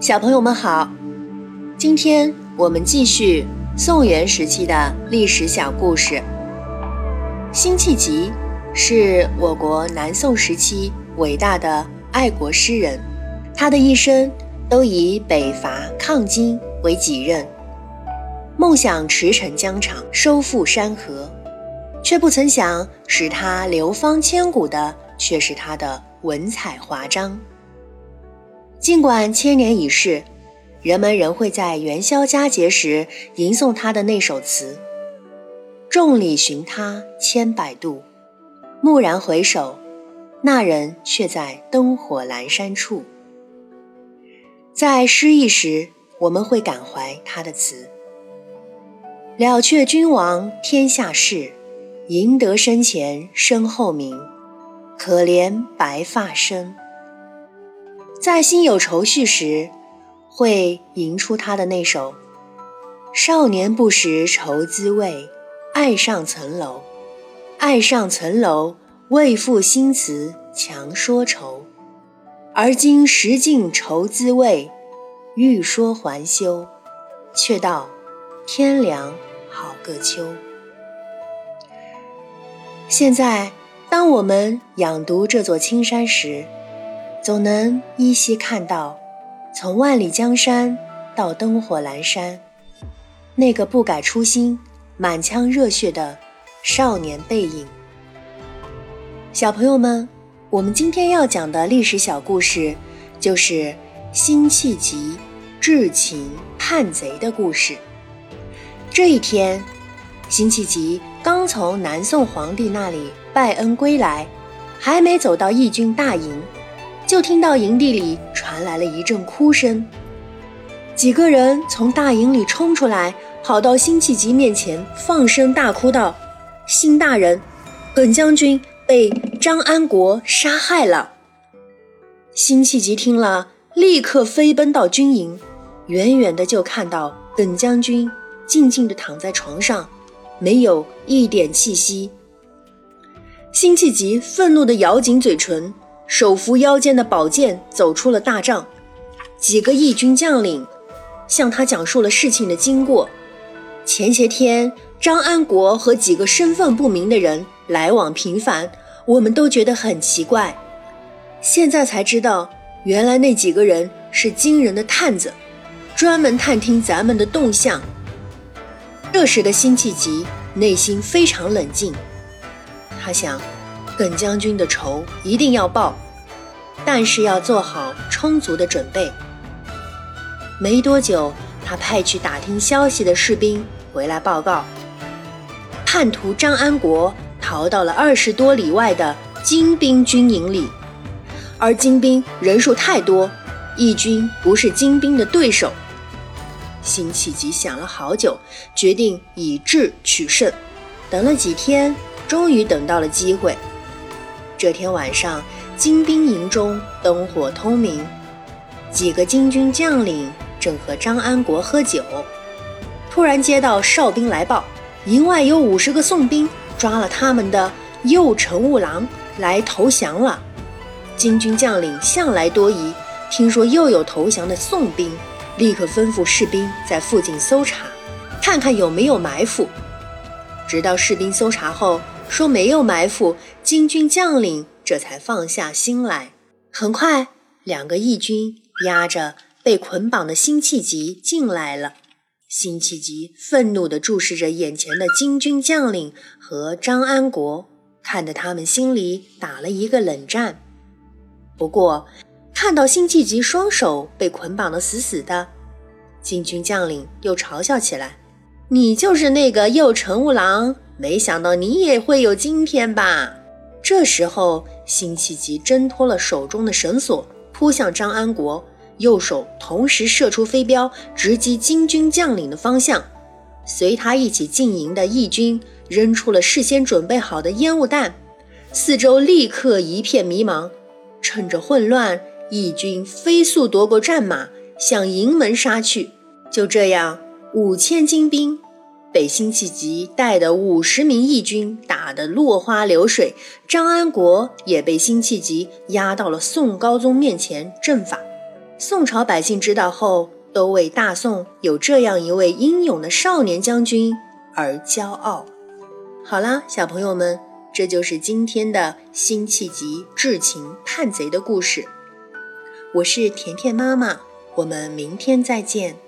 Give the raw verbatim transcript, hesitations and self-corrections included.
小朋友们好，今天我们继续宋元时期的历史小故事。辛弃疾是我国南宋时期伟大的爱国诗人，他的一生都以北伐抗金为己任，梦想驰骋疆场，收复山河，却不曾想使他流芳千古的却是他的文采华章。尽管千年已逝，人们仍会在元宵佳节时吟诵他的那首词：众里寻他千百度，蓦然回首，那人却在灯火阑珊处。在失意时，我们会感怀他的词：了却君王天下事，赢得身前身后名，可怜白发生。在心有愁绪时，会吟出他的那首：少年不识愁滋味，爱上层楼，爱上层楼，为赋新词强说愁。而今识尽愁滋味，欲说还休，却道天凉好个秋。现在当我们仰读这座青山时，总能依稀看到从万里江山到灯火阑珊，那个不改初心满腔热血的少年背影。小朋友们，我们今天要讲的历史小故事就是辛弃疾智擒叛贼的故事。这一天，辛弃疾刚从南宋皇帝那里拜恩归来，还没走到义军大营，就听到营地里传来了一阵哭声。几个人从大营里冲出来，跑到辛弃疾面前，放声大哭道：辛大人，耿将军被张安国杀害了。辛弃疾听了，立刻飞奔到军营，远远的就看到耿将军静静地躺在床上，没有一点气息。辛弃疾愤怒地咬紧嘴唇，手扶腰间的宝剑走出了大帐。几个义军将领向他讲述了事情的经过。前些天张安国和几个身份不明的人来往频繁，我们都觉得很奇怪，现在才知道原来那几个人是金人的探子，专门探听咱们的动向。这时的辛弃疾内心非常冷静，他想耿将军的仇一定要报，但是要做好充足的准备。没多久，他派去打听消息的士兵回来报告，叛徒张安国逃到了二十多里外的金兵军营里，而金兵人数太多，义军不是金兵的对手。辛弃疾想了好久，决定以智取胜。等了几天，终于等到了机会。这天晚上，金兵营中灯火通明，几个金军将领正和张安国喝酒，突然接到哨兵来报，营外有五十个宋兵抓了他们的右乘务郎来投降了。金军将领向来多疑，听说又有投降的宋兵，立刻吩咐士兵在附近搜查，看看有没有埋伏。直到士兵搜查后说没有埋伏，金军将领这才放下心来。很快，两个义军押着被捆绑的辛弃疾进来了。辛弃疾愤怒地注视着眼前的金军将领和张安国，看得他们心里打了一个冷战。不过看到辛弃疾双手被捆绑得死死的，金军将领又嘲笑起来：你就是那个右乘务郎，没想到你也会有今天吧。这时候辛弃疾挣脱了手中的绳索，扑向张安国，右手同时射出飞镖，直击金军将领的方向。随他一起进营的义军扔出了事先准备好的烟雾弹，四周立刻一片迷茫。趁着混乱，义军飞速夺过战马，向营门杀去。就这样，五千精兵被辛弃疾带的五十名义军打得落花流水，张安国也被辛弃疾押到了宋高宗面前正法。 宋朝百姓知道后，都为大宋有这样一位英勇的少年将军而骄傲。好啦，小朋友们，这就是今天的辛弃疾智擒叛贼的故事。我是甜甜妈妈，我们明天再见。